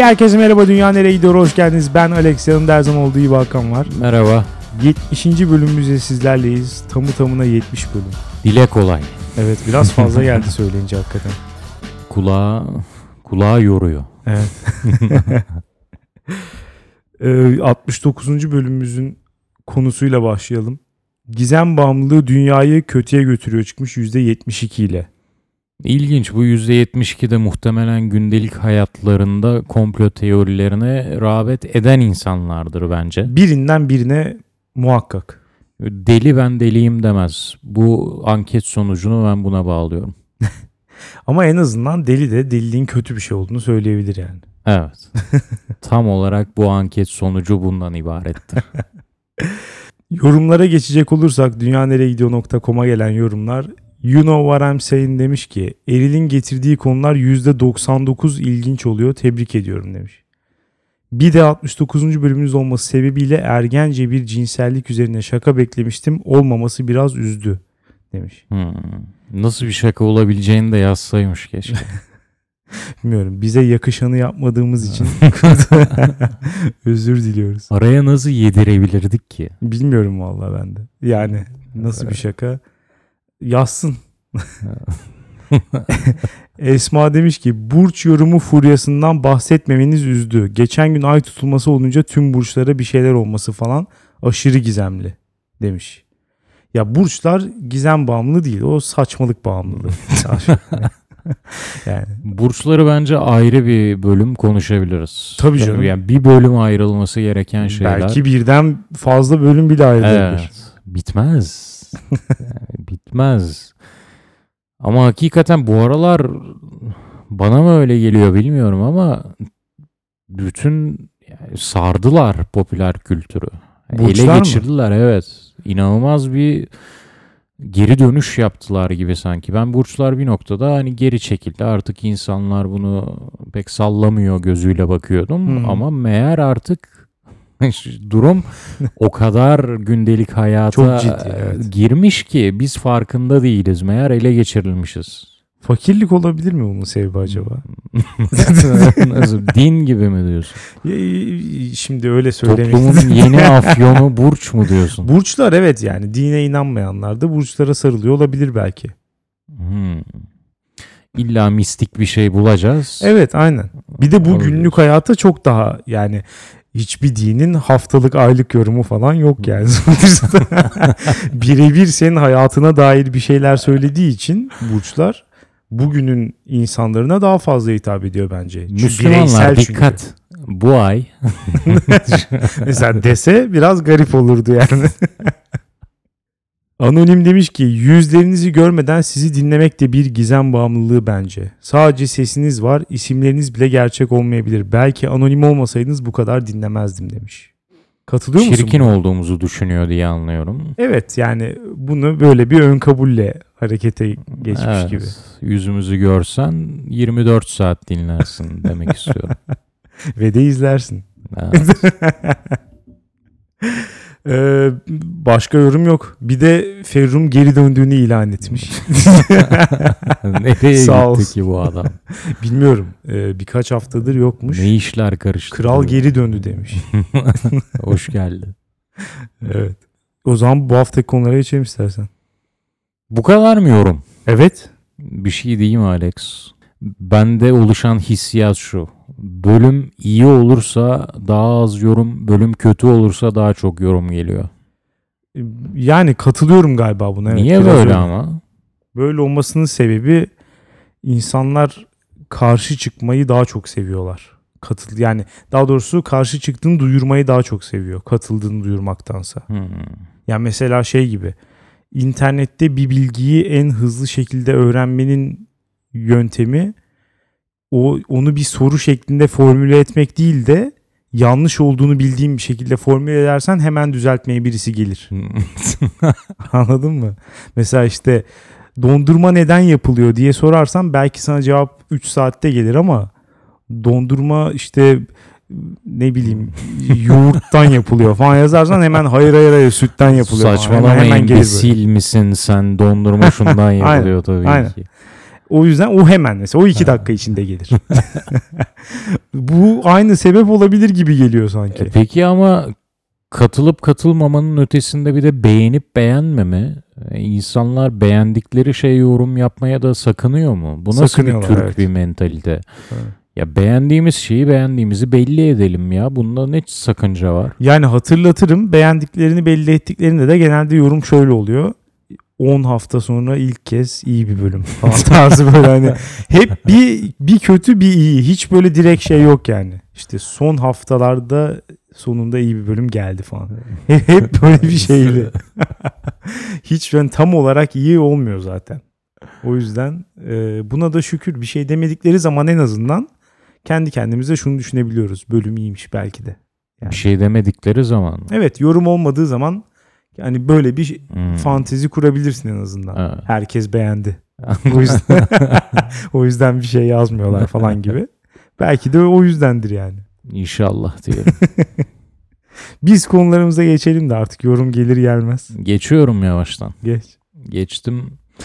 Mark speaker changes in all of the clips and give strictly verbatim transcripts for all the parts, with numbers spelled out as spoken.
Speaker 1: Herkese merhaba, Dünya Nereye Gidiyor? Hoş geldiniz. Ben Alex, yanımda her zaman olduğu gibi Hakan var.
Speaker 2: Merhaba.
Speaker 1: yetmişinci bölümümüzde sizlerleyiz. Tamı tamına yetmiş bölüm.
Speaker 2: Dile kolay.
Speaker 1: Evet, biraz fazla geldi söyleyince hakikaten.
Speaker 2: Kulağa, kulağa yoruyor.
Speaker 1: Evet. ee, altmış dokuzuncu bölümümüzün konusuyla başlayalım. Gizem bağımlılığı dünyayı kötüye götürüyor çıkmış yüzde yetmiş iki ile.
Speaker 2: İlginç, bu yüzde yetmiş iki de muhtemelen gündelik hayatlarında komplo teorilerine rağbet eden insanlardır bence.
Speaker 1: Birinden birine muhakkak.
Speaker 2: Deli ben deliyim demez. Bu anket sonucunu ben buna bağlıyorum.
Speaker 1: Ama en azından deli de deliliğin kötü bir şey olduğunu söyleyebilir yani.
Speaker 2: Evet. Tam olarak bu anket sonucu bundan ibarettir.
Speaker 1: Yorumlara geçecek olursak dünyanereyegidiyor nokta com'a gelen yorumlar, You know what I'm saying demiş ki Eril'in getirdiği konular yüzde doksan dokuz ilginç oluyor, tebrik ediyorum demiş. Bir de altmış dokuzuncu bölümümüz olması sebebiyle ergence bir cinsellik üzerine şaka beklemiştim, olmaması biraz üzdü demiş.
Speaker 2: Hmm. Nasıl bir şaka olabileceğini de yazsaymış keşke.
Speaker 1: Bilmiyorum, bize yakışanı yapmadığımız için özür diliyoruz.
Speaker 2: Araya nasıl yedirebilirdik ki?
Speaker 1: Bilmiyorum vallahi ben de. Yani nasıl bir şaka? Yazsın. Esma demiş ki burç yorumu furyasından bahsetmemeniz üzdü. Geçen gün ay tutulması olunca tüm burçlara bir şeyler olması falan aşırı gizemli demiş. Ya burçlar gizem bağımlı değil, o saçmalık bağımlılığı. Yani
Speaker 2: burçları bence ayrı bir bölüm konuşabiliriz.
Speaker 1: Tabii canım.
Speaker 2: Yani bir bölüm ayrılması gereken şeyler.
Speaker 1: Belki birden fazla bölüm bile ayrılabilir.
Speaker 2: Evet. Bitmez. Yani bitmez. Ama hakikaten bu aralar bana mı öyle geliyor bilmiyorum ama bütün yani sardılar popüler kültürü.
Speaker 1: Burçlar
Speaker 2: ele geçirdiler mı? Evet. İnanılmaz bir geri dönüş yaptılar gibi sanki. Ben burçlar bir noktada hani geri çekildi. Artık insanlar bunu pek sallamıyor gözüyle bakıyordum. Hmm. Ama meğer artık durum o kadar gündelik hayata
Speaker 1: çok ciddi, evet.
Speaker 2: girmiş ki biz farkında değiliz. Meğer ele geçirilmişiz.
Speaker 1: Fakirlik olabilir mi bunun sebebi acaba?
Speaker 2: Nasıl? Din gibi mi diyorsun?
Speaker 1: Şimdi öyle söylemek.
Speaker 2: Toplumun yeni afyonu burç mu diyorsun?
Speaker 1: Burçlar, evet, yani dine inanmayanlar da burçlara sarılıyor olabilir belki.
Speaker 2: Hmm. İlla mistik bir şey bulacağız.
Speaker 1: Evet, aynen. Bir de bu
Speaker 2: Olabilir.
Speaker 1: Günlük hayata çok daha, yani hiçbir dinin haftalık aylık yorumu falan yok yani. Birebir senin hayatına dair bir şeyler söylediği için burçlar bugünün insanlarına daha fazla hitap ediyor bence.
Speaker 2: Müslümanlar dikkat. Çünkü. Bu ay.
Speaker 1: Mesela dese biraz garip olurdu yani. Anonim demiş ki yüzlerinizi görmeden sizi dinlemek de bir gizem bağımlılığı bence. Sadece sesiniz var, isimleriniz bile gerçek olmayabilir. Belki anonim olmasaydınız bu kadar dinlemezdim demiş. Katılıyor musun?
Speaker 2: Çirkin olduğumuzu düşünüyor diye anlıyorum.
Speaker 1: Evet, yani bunu böyle bir ön kabulle harekete geçmiş
Speaker 2: evet,
Speaker 1: gibi.
Speaker 2: Yüzümüzü görsen yirmi dört saat dinlersin demek istiyorum.
Speaker 1: Ve de izlersin.
Speaker 2: Evet.
Speaker 1: Ee, başka yorum yok. Bir de Ferrum geri döndüğünü ilan etmiş.
Speaker 2: Nereye
Speaker 1: Sağ
Speaker 2: gitti
Speaker 1: olsun.
Speaker 2: ki bu adam?
Speaker 1: Bilmiyorum. Ee, birkaç haftadır yokmuş.
Speaker 2: Ne işler karıştı?
Speaker 1: Kral geri döndü demiş.
Speaker 2: Hoş geldi.
Speaker 1: Evet. O zaman bu haftaki konulara geçelim istersen.
Speaker 2: Bu kadar mı yorum?
Speaker 1: Evet.
Speaker 2: Bir şey diyeyim Alex. Bende oluşan hissiyat şu. Bölüm iyi olursa daha az yorum, bölüm kötü olursa daha çok yorum geliyor.
Speaker 1: Yani katılıyorum galiba buna. Evet,
Speaker 2: niye böyle
Speaker 1: öyle.
Speaker 2: ama?
Speaker 1: Böyle olmasının sebebi insanlar karşı çıkmayı daha çok seviyorlar. Katıl yani daha doğrusu karşı çıktığını duyurmayı daha çok seviyor. Katıldığını duyurmaktansa.
Speaker 2: Hmm.
Speaker 1: Yani mesela şey gibi. İnternette bir bilgiyi en hızlı şekilde öğrenmenin yöntemi o onu bir soru şeklinde formüle etmek değil de yanlış olduğunu bildiğin bir şekilde formüle edersen hemen düzeltmeye birisi gelir. Anladın mı? Mesela işte dondurma neden yapılıyor diye sorarsan belki sana cevap üç saatte gelir ama dondurma işte ne bileyim yoğurttan yapılıyor falan yazarsan hemen hayır hayır hayır sütten yapılıyor.
Speaker 2: Saçmalama,
Speaker 1: hemen, hemen
Speaker 2: imbesil misin sen, dondurma şundan yapılıyor tabii
Speaker 1: aynen.
Speaker 2: ki.
Speaker 1: O yüzden o hemen mesela o iki dakika içinde gelir. Bu aynı sebep olabilir gibi geliyor sanki.
Speaker 2: E peki ama katılıp katılmamanın ötesinde bir de beğenip beğenmeme. E, İnsanlar beğendikleri şey yorum yapmaya da sakınıyor mu? Bu nasıl bir
Speaker 1: Sakınıyorlar,
Speaker 2: Türk
Speaker 1: evet.
Speaker 2: bir mentalite?
Speaker 1: Evet.
Speaker 2: Ya beğendiğimiz şeyi beğendiğimizi belli edelim ya. Bunda ne sakınca var?
Speaker 1: Yani hatırlatırım, beğendiklerini belli ettiklerinde de genelde yorum şöyle oluyor. on hafta sonra ilk kez iyi bir bölüm falan tarzı böyle hani hep bir bir kötü bir iyi, hiç böyle direkt şey yok yani. İşte son haftalarda sonunda iyi bir bölüm geldi falan. Hep böyle bir şeydi. Hiç ben tam olarak iyi olmuyor zaten. O yüzden e, buna da şükür, bir şey demedikleri zaman en azından kendi kendimize şunu düşünebiliyoruz. Bölüm iyiymiş belki de. Yani.
Speaker 2: Bir şey demedikleri zaman.
Speaker 1: Evet, yorum olmadığı zaman yani böyle bir
Speaker 2: Hmm.
Speaker 1: fantezi kurabilirsin en azından.
Speaker 2: Evet.
Speaker 1: Herkes beğendi. O yüzden o yüzden bir şey yazmıyorlar falan gibi. Belki de o yüzdendir yani.
Speaker 2: İnşallah diyelim.
Speaker 1: Biz konularımıza geçelim de artık yorum gelir gelmez.
Speaker 2: Geçiyorum yavaştan.
Speaker 1: Geç.
Speaker 2: Geçtim.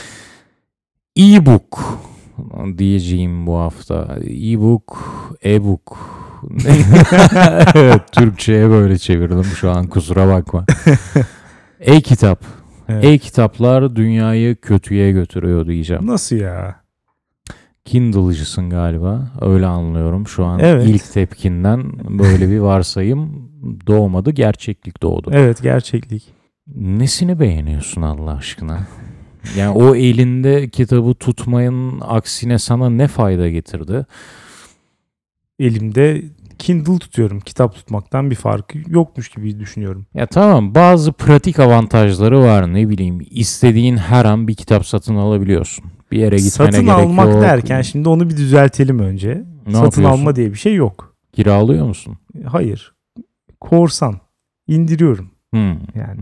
Speaker 2: E-book diyeceğim bu hafta. E-book, e-book. Evet, Türkçe'ye böyle çevirdim şu an, kusura bakma. E-kitap.
Speaker 1: Evet.
Speaker 2: E-kitaplar dünyayı kötüye götürüyor diyeceğim.
Speaker 1: Nasıl ya?
Speaker 2: Kindle'cısın galiba. Öyle anlıyorum şu an.
Speaker 1: Evet.
Speaker 2: İlk tepkinden böyle bir varsayım doğmadı. Gerçeklik doğdu.
Speaker 1: Evet, gerçeklik.
Speaker 2: Nesini beğeniyorsun Allah aşkına? Yani o elinde kitabı tutmayın aksine sana ne fayda getirdi?
Speaker 1: Elimde Kindle tutuyorum. Kitap tutmaktan bir farkı yokmuş gibi düşünüyorum.
Speaker 2: Ya tamam, bazı pratik avantajları var, ne bileyim, istediğin her an bir kitap satın alabiliyorsun. Bir yere gitmene
Speaker 1: Satın
Speaker 2: gerek
Speaker 1: almak
Speaker 2: yok.
Speaker 1: derken şimdi onu bir düzeltelim önce.
Speaker 2: Ne
Speaker 1: Satın
Speaker 2: yapıyorsun?
Speaker 1: alma diye bir şey yok.
Speaker 2: Kiralıyor musun?
Speaker 1: Hayır. Korsan. İndiriyorum.
Speaker 2: Hmm.
Speaker 1: Yani.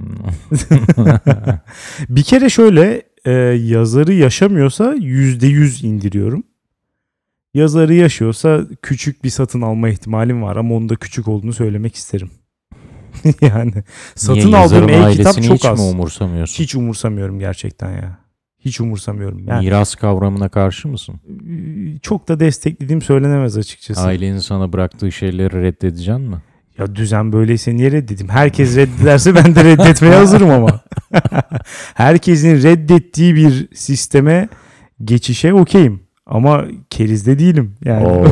Speaker 1: Bir kere şöyle e, yazarı yaşamıyorsa yüzde yüz indiriyorum. Yazarı yaşıyorsa küçük bir satın alma ihtimalim var ama onun da küçük olduğunu söylemek isterim. Yani satın
Speaker 2: Niye,
Speaker 1: aldığım
Speaker 2: yazarın
Speaker 1: e-kitap
Speaker 2: ailesini
Speaker 1: çok
Speaker 2: hiç
Speaker 1: az.
Speaker 2: mi umursamıyorsun?
Speaker 1: Hiç umursamıyorum gerçekten ya. Hiç umursamıyorum. Yani
Speaker 2: Miras kavramına karşı mısın?
Speaker 1: çok da desteklediğim söylenemez açıkçası.
Speaker 2: Ailenin sana bıraktığı şeyleri reddedeceksin mi?
Speaker 1: Ya düzen böyleyse niye reddedeyim? Herkes reddederse ben de reddetmeye hazırım ama. Herkesin reddettiği bir sisteme geçişe okeyim. Ama kerizde değilim. Yani.
Speaker 2: Oo.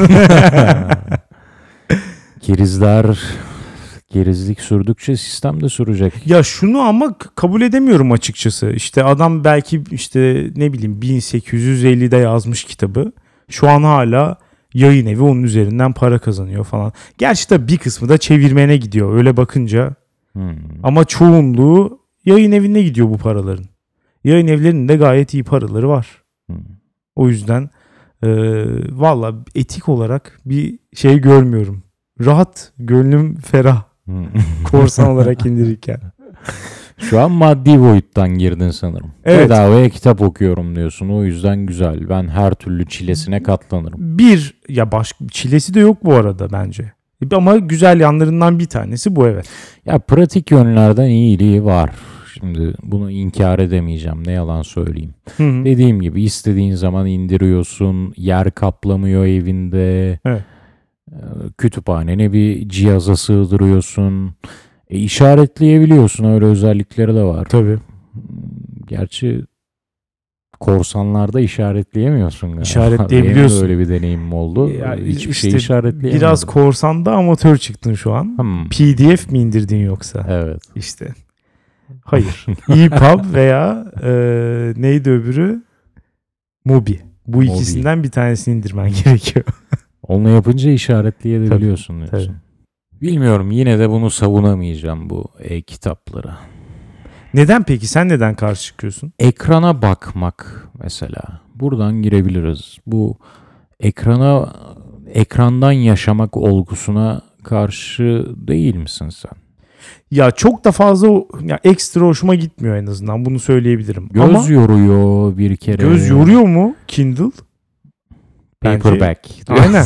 Speaker 2: Kerizler, kerizlik sürdükçe sistem de sürecek.
Speaker 1: Ya şunu ama k- kabul edemiyorum açıkçası. İşte adam belki işte ne bileyim bin sekiz yüz ellide yazmış kitabı. Şu an hala yayın evi onun üzerinden para kazanıyor falan. Gerçi de bir kısmı da çevirmene gidiyor öyle bakınca.
Speaker 2: Hmm.
Speaker 1: Ama çoğunluğu yayın evine gidiyor bu paraların. Yayın evlerinin de gayet iyi paraları var.
Speaker 2: Hmm.
Speaker 1: O yüzden e, valla etik olarak bir şey görmüyorum. Rahat, gönlüm ferah
Speaker 2: Hmm.
Speaker 1: korsan olarak indirirken.
Speaker 2: Şu an maddi boyuttan girdin sanırım.
Speaker 1: Evet.
Speaker 2: Bedavaya kitap okuyorum diyorsun. O yüzden güzel. Ben her türlü çilesine katlanırım.
Speaker 1: Bir, ya başka çilesi de yok bu arada bence. Ama güzel yanlarından bir tanesi bu, evet.
Speaker 2: Ya pratik yönlerden iyiliği var. Şimdi bunu inkar edemeyeceğim. Ne yalan söyleyeyim.
Speaker 1: Hı hı.
Speaker 2: Dediğim gibi istediğin zaman indiriyorsun. Yer kaplamıyor evinde.
Speaker 1: Evet.
Speaker 2: Ee, Kütüphanene bir cihaza sığdırıyorsun. E, işaretleyebiliyorsun. Öyle özellikleri de var.
Speaker 1: Tabii.
Speaker 2: Gerçi korsanlarda işaretleyemiyorsun galiba.
Speaker 1: İşaretleyebiliyorsun.
Speaker 2: Benim de öyle bir deneyimim oldu.
Speaker 1: Ya
Speaker 2: Hiçbir
Speaker 1: işte
Speaker 2: şey işaretleyemiyorum.
Speaker 1: Biraz korsanda amatör çıktın şu an.
Speaker 2: Hmm.
Speaker 1: P D F mi indirdin yoksa?
Speaker 2: Evet.
Speaker 1: İşte. Hayır. E P U B veya e, neydi öbürü? Mobi. Bu
Speaker 2: Mobi.
Speaker 1: ikisinden bir tanesini indirmen gerekiyor.
Speaker 2: Onu yapınca işaretleyebiliyorsun diyorsun.
Speaker 1: tabii.
Speaker 2: Bilmiyorum, yine de bunu savunamayacağım, bu e-kitapları.
Speaker 1: Neden peki? Sen neden karşı çıkıyorsun?
Speaker 2: Ekrana bakmak mesela. Buradan girebiliriz. Bu ekrana ekrandan yaşamak olgusuna karşı değil misin sen?
Speaker 1: Ya çok da fazla o- ya ekstra hoşuma gitmiyor en azından. Bunu söyleyebilirim.
Speaker 2: Göz
Speaker 1: Ama
Speaker 2: yoruyor bir kere.
Speaker 1: göz yoruyor mu Kindle? Bence-
Speaker 2: Paperback.
Speaker 1: Aynen.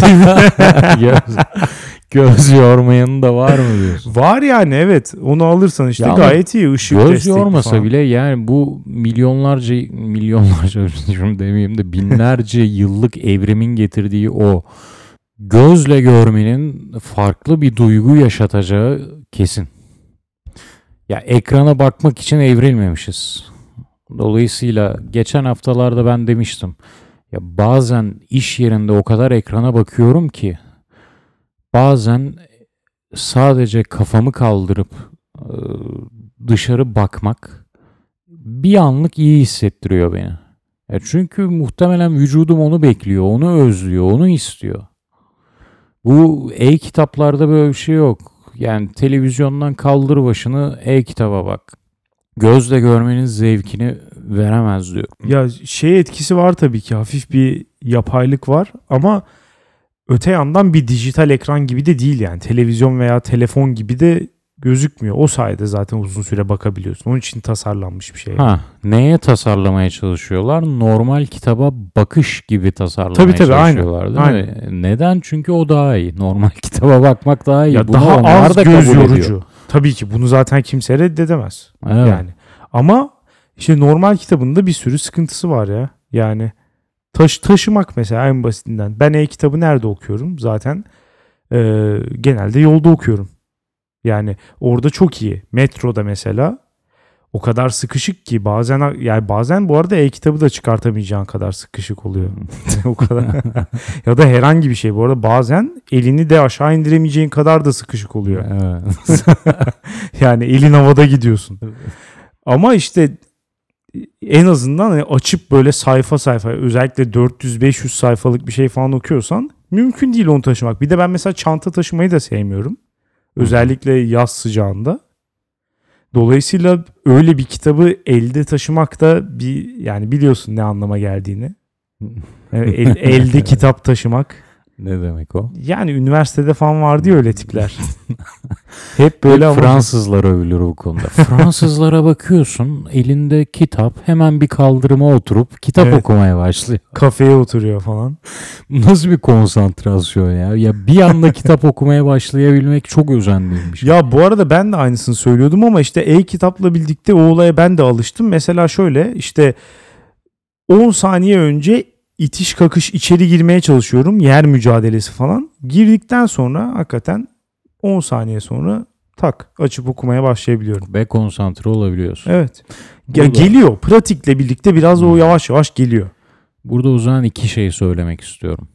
Speaker 2: göz, göz yormayanı da var mı diyorsun?
Speaker 1: Var yani, evet. Onu alırsan işte
Speaker 2: Ya ama
Speaker 1: gayet iyi. Işık
Speaker 2: Göz
Speaker 1: destekli
Speaker 2: yormasa
Speaker 1: falan.
Speaker 2: bile yani bu milyonlarca milyonlarca şunu demeyeyim de binlerce yıllık evrimin getirdiği o gözle görmenin farklı bir duygu yaşatacağı kesin. Ya ekrana bakmak için evrilmemişiz. Dolayısıyla geçen haftalarda ben demiştim. Ya bazen iş yerinde o kadar ekrana bakıyorum ki bazen sadece kafamı kaldırıp e, dışarı bakmak bir anlık iyi hissettiriyor beni. Ya çünkü muhtemelen vücudum onu bekliyor, onu özlüyor, onu istiyor. Bu e-kitaplarda böyle bir şey yok. Yani televizyondan kaldır başını, e-kitaba bak. Gözle görmenin zevkini veremez diyor.
Speaker 1: Ya şey etkisi var tabii ki, hafif bir yapaylık var ama öte yandan bir dijital ekran gibi de değil yani. Televizyon veya telefon gibi de gözükmüyor. O sayede zaten uzun süre bakabiliyorsun. Onun için tasarlanmış bir şey.
Speaker 2: Ha, neye tasarlamaya çalışıyorlar? Normal kitaba bakış gibi tasarlamaya
Speaker 1: Tabii, tabii, aynen.
Speaker 2: çalışıyorlar değil mi? Neden? Çünkü o daha iyi. Normal kitaba bakmak daha iyi.
Speaker 1: Ya
Speaker 2: Bunu
Speaker 1: daha
Speaker 2: onlar
Speaker 1: az
Speaker 2: da
Speaker 1: göz
Speaker 2: kabul
Speaker 1: yorucu.
Speaker 2: ediyor.
Speaker 1: Tabii ki bunu zaten kimse reddedemez.
Speaker 2: Evet.
Speaker 1: Yani. Ama işte normal kitabında bir sürü sıkıntısı var ya. Yani taş taşımak mesela en basitinden. Ben e-kitabı nerede okuyorum? Zaten e, genelde yolda okuyorum. Yani orada çok iyi. Metroda mesela o kadar sıkışık ki bazen, yani bazen bu arada e-kitabı da çıkartamayacağın kadar sıkışık oluyor. O kadar. Ya da herhangi bir şey. Bu arada bazen elini de aşağı indiremeyeceğin kadar da sıkışık oluyor.
Speaker 2: Evet.
Speaker 1: Yani elin havada gidiyorsun. Ama işte en azından hani açıp böyle sayfa sayfa, özellikle dört yüz beş yüz sayfalık bir şey falan okuyorsan mümkün değil onu taşımak. Bir de ben mesela çanta taşımayı da sevmiyorum. Özellikle yaz sıcağında. Dolayısıyla öyle bir kitabı elde taşımak da bir, yani biliyorsun ne anlama geldiğini. Yani el- elde kitap taşımak.
Speaker 2: Ne demek o?
Speaker 1: Yani üniversitede falan vardı ya öyle tipler. Hep böyle
Speaker 2: Böyle
Speaker 1: ama
Speaker 2: Fransızlar övülür bu konuda. Fransızlara bakıyorsun, elinde kitap, hemen bir kaldırıma oturup kitap
Speaker 1: Evet.
Speaker 2: okumaya başlıyor.
Speaker 1: kafeye oturuyor falan.
Speaker 2: Nasıl bir konsantrasyon ya? Ya bir anda kitap okumaya başlayabilmek çok özendiğim bir şey.
Speaker 1: Ya bu arada ben de aynısını söylüyordum ama işte e-kitapla birlikte o olaya ben de alıştım. Mesela şöyle işte on saniye önce itiş kakış içeri girmeye çalışıyorum. Yer mücadelesi falan. Girdikten sonra hakikaten on saniye sonra tak açıp okumaya başlayabiliyorum.
Speaker 2: Ve konsantre olabiliyorsun.
Speaker 1: Evet. Ya
Speaker 2: Burada-
Speaker 1: geliyor. Pratikle birlikte biraz o
Speaker 2: Hmm.
Speaker 1: yavaş yavaş geliyor.
Speaker 2: Burada o zaman iki şey söylemek istiyorum.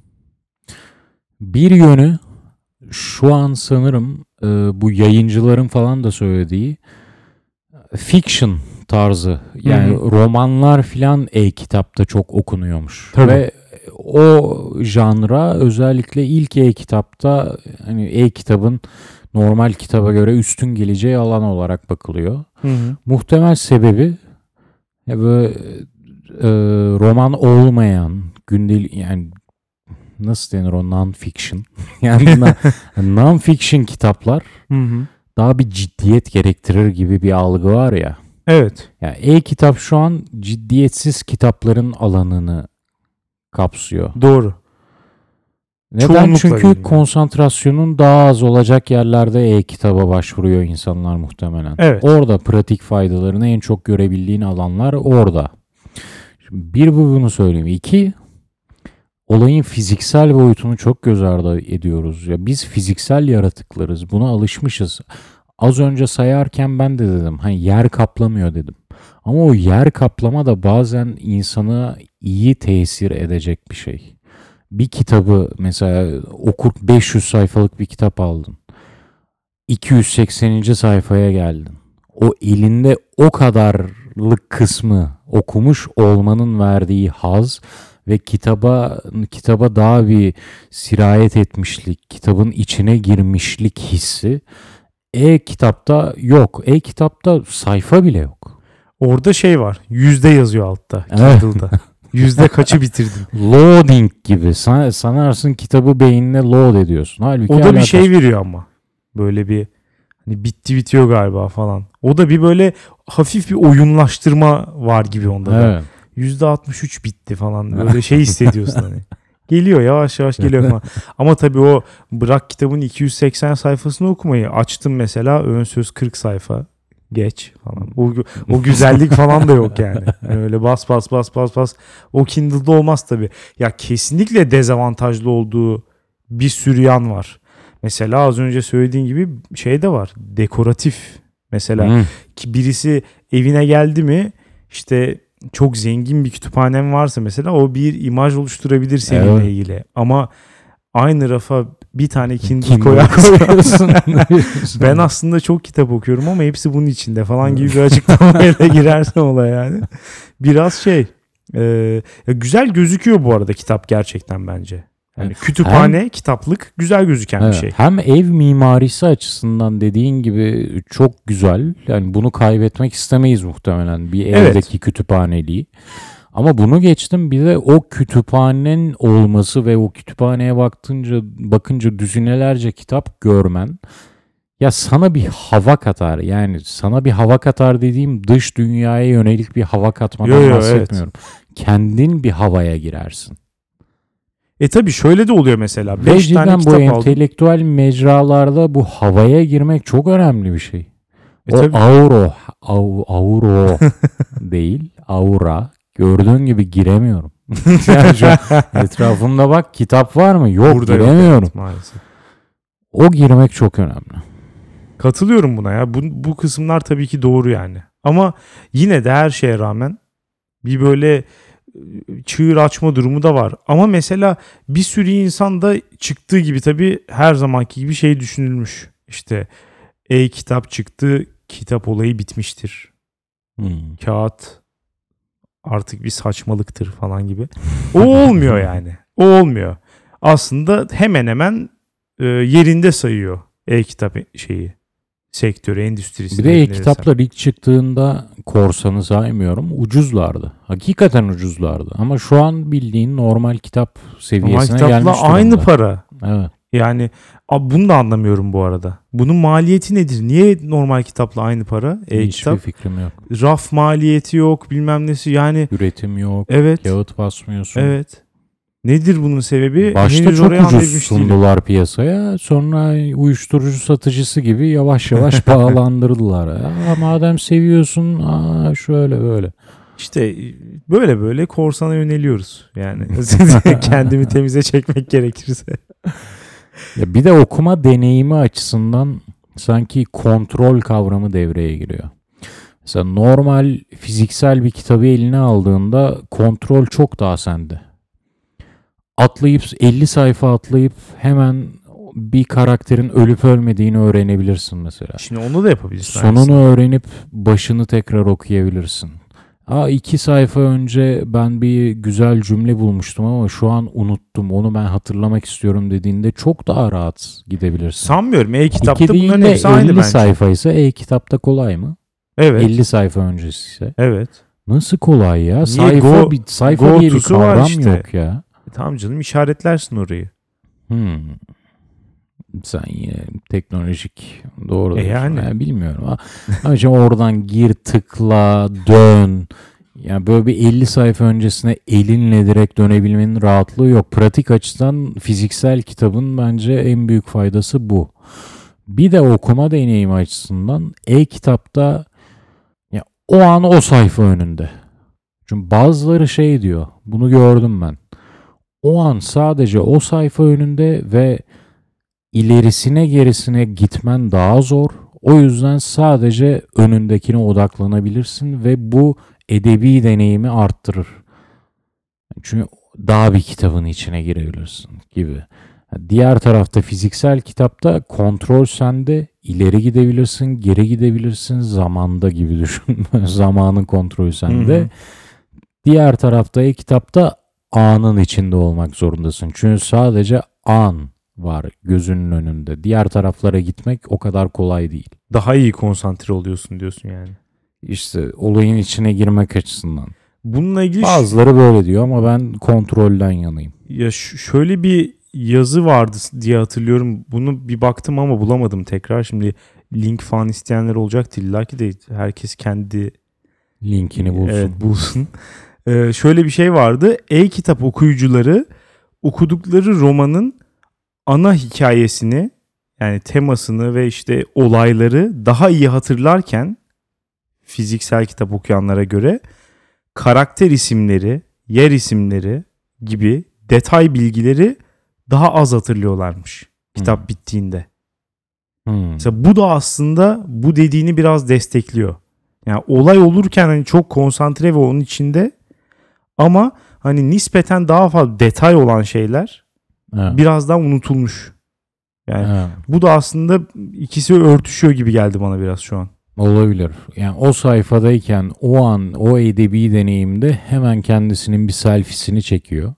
Speaker 2: Bir yönü şu an sanırım e, bu yayıncıların falan da söylediği fiction tarzı. Yani
Speaker 1: Hı hı.
Speaker 2: romanlar filan e-kitapta çok okunuyormuş.
Speaker 1: Tabii.
Speaker 2: Ve o janra özellikle ilk e-kitapta hani e-kitabın normal kitaba göre üstün geleceği alan olarak bakılıyor.
Speaker 1: Hı hı.
Speaker 2: Muhtemel sebebi ya böyle e, roman olmayan gündelik, yani nasıl denir o, non-fiction yani non-fiction kitaplar
Speaker 1: Hı hı.
Speaker 2: daha bir ciddiyet gerektirir gibi bir algı var ya.
Speaker 1: Evet.
Speaker 2: Yani e-kitap şu an ciddiyetsiz kitapların alanını kapsıyor.
Speaker 1: Doğru.
Speaker 2: Neden?
Speaker 1: Çoğunlukla
Speaker 2: Çünkü
Speaker 1: yani.
Speaker 2: konsantrasyonun daha az olacak yerlerde e-kitaba başvuruyor insanlar muhtemelen.
Speaker 1: Evet.
Speaker 2: Orada pratik faydalarını en çok görebildiğin alanlar orada. Şimdi bir bu bunu söyleyeyim. İki, olayın fiziksel boyutunu çok göz ardı ediyoruz. Ya biz fiziksel yaratıklarız. Buna alışmışız. Az önce sayarken ben de dedim. Hani yer kaplamıyor dedim. Ama o yer kaplama da bazen insana iyi tesir edecek bir şey. Bir kitabı mesela okur, beş yüz sayfalık bir kitap aldın. iki yüz sekseninci sayfaya geldin. O elinde o kadarlık kısmı okumuş olmanın verdiği haz ve kitaba kitaba daha bir sirayet etmişlik, kitabın içine girmişlik hissi e-kitapta yok. E-kitapta sayfa bile yok.
Speaker 1: Orada şey var. Yüzde yazıyor altta.
Speaker 2: Evet.
Speaker 1: Kindle'da. Yüzde kaçı bitirdin?
Speaker 2: Loading gibi. San, sanarsın kitabı beynine load ediyorsun. Halbuki
Speaker 1: O da bir
Speaker 2: alakası-
Speaker 1: şey veriyor ama. Böyle bir hani bitti bitiyor galiba falan. O da bir böyle hafif bir oyunlaştırma var gibi onda da.
Speaker 2: Evet.
Speaker 1: yüzde altmış üç bitti falan. Böyle şey hissediyorsun hani. Geliyor yavaş yavaş geliyor falan. Ama tabii o bırak kitabın iki yüz seksen sayfasını okumayı. Açtım mesela ön söz kırk sayfa. Geç falan. O, o güzellik falan da yok yani. Yani öyle bas bas bas bas bas. O Kindle'da olmaz tabii. Ya kesinlikle dezavantajlı olduğu bir sürü yan var. Mesela az önce söylediğin gibi şey de var. Dekoratif. Mesela
Speaker 2: Hmm.
Speaker 1: ki birisi evine geldi mi işte çok zengin bir kütüphanen varsa mesela o bir imaj oluşturabilir seninle
Speaker 2: Evet.
Speaker 1: ilgili. Ama aynı rafa bir tane Kindle,
Speaker 2: Kindle
Speaker 1: koyarsın.
Speaker 2: koyuyorsun.
Speaker 1: Ben aslında çok kitap okuyorum ama hepsi bunun içinde falan gibi bir açıklamayla girersen olay yani. Biraz şey e, ya güzel gözüküyor bu arada kitap gerçekten bence. Yani kütüphane,
Speaker 2: Hem-
Speaker 1: kitaplık güzel gözüken bir
Speaker 2: Evet,
Speaker 1: şey.
Speaker 2: hem ev mimarisi açısından dediğin gibi çok güzel. Yani bunu kaybetmek istemeyiz muhtemelen bir
Speaker 1: Evet.
Speaker 2: evdeki kütüphaneliği. Ama bunu geçtim, bir de o kütüphanenin olması ve o kütüphaneye baktınca bakınca düzinelerce kitap görmen ya sana bir hava katar. Yani sana bir hava katar dediğim dış dünyaya yönelik bir hava katmadan
Speaker 1: Yo, yo,
Speaker 2: bahsetmiyorum. Kendin bir havaya girersin.
Speaker 1: E tabii şöyle de oluyor mesela.
Speaker 2: Ve
Speaker 1: beş tane
Speaker 2: cidden bu
Speaker 1: kitap aldım.
Speaker 2: entelektüel mecralarda bu havaya girmek çok önemli bir şey.
Speaker 1: E
Speaker 2: O
Speaker 1: tabii.
Speaker 2: auro, au, auro değil, aura. Gördüğün gibi giremiyorum. Yani şu an etrafımda bak, kitap var mı? Yok,
Speaker 1: Burada yok,
Speaker 2: giremiyorum.
Speaker 1: evet, maalesef.
Speaker 2: O girmek çok önemli.
Speaker 1: Katılıyorum buna ya. Bu, bu kısımlar tabii ki doğru yani. Ama yine de her şeye rağmen bir böyle e, çığır açma durumu da var. Ama mesela bir sürü insan da çıktığı gibi tabii her zamanki gibi şey düşünülmüş. İşte e-kitap çıktı, kitap olayı bitmiştir.
Speaker 2: Hmm.
Speaker 1: Kağıt artık bir saçmalıktır falan gibi. O olmuyor yani. O olmuyor. Aslında hemen hemen e, yerinde sayıyor e-kitap şeyi. Sektörü, endüstrisi.
Speaker 2: Bir de e-kitaplar ilk çıktığında korsanı saymıyorum, ucuzlardı. Hakikaten ucuzlardı. Ama şu an bildiğin normal kitap seviyesine
Speaker 1: Ama
Speaker 2: gelmiş
Speaker 1: kitapla aynı
Speaker 2: durumda.
Speaker 1: para.
Speaker 2: Evet.
Speaker 1: Yani abi bunu da anlamıyorum bu arada. Bunun maliyeti nedir? Niye normal kitapla aynı para?
Speaker 2: Hiçbir
Speaker 1: E-kitap.
Speaker 2: fikrim yok.
Speaker 1: Raf maliyeti yok, bilmem nesi. Yani
Speaker 2: Üretim yok.
Speaker 1: evet.
Speaker 2: Kağıt basmıyorsun.
Speaker 1: Evet. Nedir bunun sebebi?
Speaker 2: Başta
Speaker 1: Henüz
Speaker 2: çok
Speaker 1: oraya
Speaker 2: ucuz
Speaker 1: anlayabilmiş değilim.
Speaker 2: sundular piyasaya. Sonra uyuşturucu satıcısı gibi yavaş yavaş pahalandırdılar. Ya, madem seviyorsun, aa, şöyle böyle.
Speaker 1: İşte böyle böyle korsana yöneliyoruz. Yani kendimi temize çekmek gerekirse.
Speaker 2: Ya bir de okuma deneyimi açısından sanki kontrol kavramı devreye giriyor. Mesela normal fiziksel bir kitabı eline aldığında kontrol çok daha sende. Atlayıp elli sayfa atlayıp hemen bir karakterin ölüp ölmediğini öğrenebilirsin mesela.
Speaker 1: Şimdi onu da yapabilirsin.
Speaker 2: Sonunu
Speaker 1: aynısını.
Speaker 2: öğrenip başını tekrar okuyabilirsin. Aa, iki sayfa önce ben bir güzel cümle bulmuştum ama şu an unuttum. Onu ben hatırlamak istiyorum dediğinde çok daha rahat gidebilirsin.
Speaker 1: Sanmıyorum. E-kitapta
Speaker 2: İki değil
Speaker 1: bunların
Speaker 2: de
Speaker 1: hepsi aynı
Speaker 2: elli
Speaker 1: bence.
Speaker 2: sayfa ise e-kitapta kolay mı?
Speaker 1: Evet.
Speaker 2: elli sayfa öncesi ise.
Speaker 1: Evet.
Speaker 2: Nasıl kolay ya?
Speaker 1: Niye?
Speaker 2: Sayfa,
Speaker 1: Go-
Speaker 2: bir, sayfa
Speaker 1: go
Speaker 2: diye bir
Speaker 1: to'su var
Speaker 2: kavram
Speaker 1: işte.
Speaker 2: yok ya.
Speaker 1: E, tamam canım işaretlersin orayı.
Speaker 2: Hmm. Sen yine teknolojik doğru
Speaker 1: E
Speaker 2: diyorsun.
Speaker 1: yani.
Speaker 2: Yani bilmiyorum ama, ama şimdi oradan gir, tıkla, dön. Yani böyle bir elli sayfa öncesine elinle direkt dönebilmenin rahatlığı yok. Pratik açıdan fiziksel kitabın bence en büyük faydası bu. Bir de okuma deneyimi açısından e-kitapta ya o an o sayfa önünde. Çünkü bazıları şey diyor. Bunu gördüm ben. O an sadece o sayfa önünde ve ilerisine gerisine gitmen daha zor. O yüzden sadece önündekine odaklanabilirsin ve bu edebi deneyimi arttırır. Çünkü daha bir kitabın içine girebilirsin gibi. Diğer tarafta fiziksel kitapta kontrol sende, ileri gidebilirsin, geri gidebilirsin, zamanda gibi düşün. Zamanın kontrolü sende.
Speaker 1: Hı hı.
Speaker 2: Diğer tarafta e-kitapta anın içinde olmak zorundasın. Çünkü sadece an var gözünün önünde. Diğer taraflara gitmek o kadar kolay değil.
Speaker 1: Daha iyi konsantre oluyorsun diyorsun yani.
Speaker 2: İşte olayın içine girmek açısından.
Speaker 1: Bununla ilgili
Speaker 2: Bazıları böyle diyor ama ben kontrolden yanayım.
Speaker 1: ya ş- şöyle bir yazı vardı diye hatırlıyorum. Bunu bir baktım ama bulamadım tekrar. Şimdi link falan isteyenler olacaktı illa ki de herkes kendi
Speaker 2: Linkini bulsun.
Speaker 1: Evet bulsun. Ee, şöyle bir şey vardı. E-kitap okuyucuları okudukları romanın ana hikayesini, yani temasını ve işte olayları daha iyi hatırlarken fiziksel kitap okuyanlara göre karakter isimleri, yer isimleri gibi detay bilgileri daha az hatırlıyorlarmış kitap
Speaker 2: Hmm.
Speaker 1: bittiğinde.
Speaker 2: Hmm.
Speaker 1: Mesela bu da aslında bu dediğini biraz destekliyor. Yani olay olurken hani çok konsantre ve onun içinde, ama hani nispeten daha fazla detay olan şeyler
Speaker 2: Evet.
Speaker 1: biraz daha unutulmuş. Yani
Speaker 2: Evet.
Speaker 1: bu da aslında ikisi örtüşüyor gibi geldi bana biraz şu an.
Speaker 2: Olabilir. Yani o sayfadayken o an o edebi deneyimde hemen kendisinin bir selfiesini çekiyor.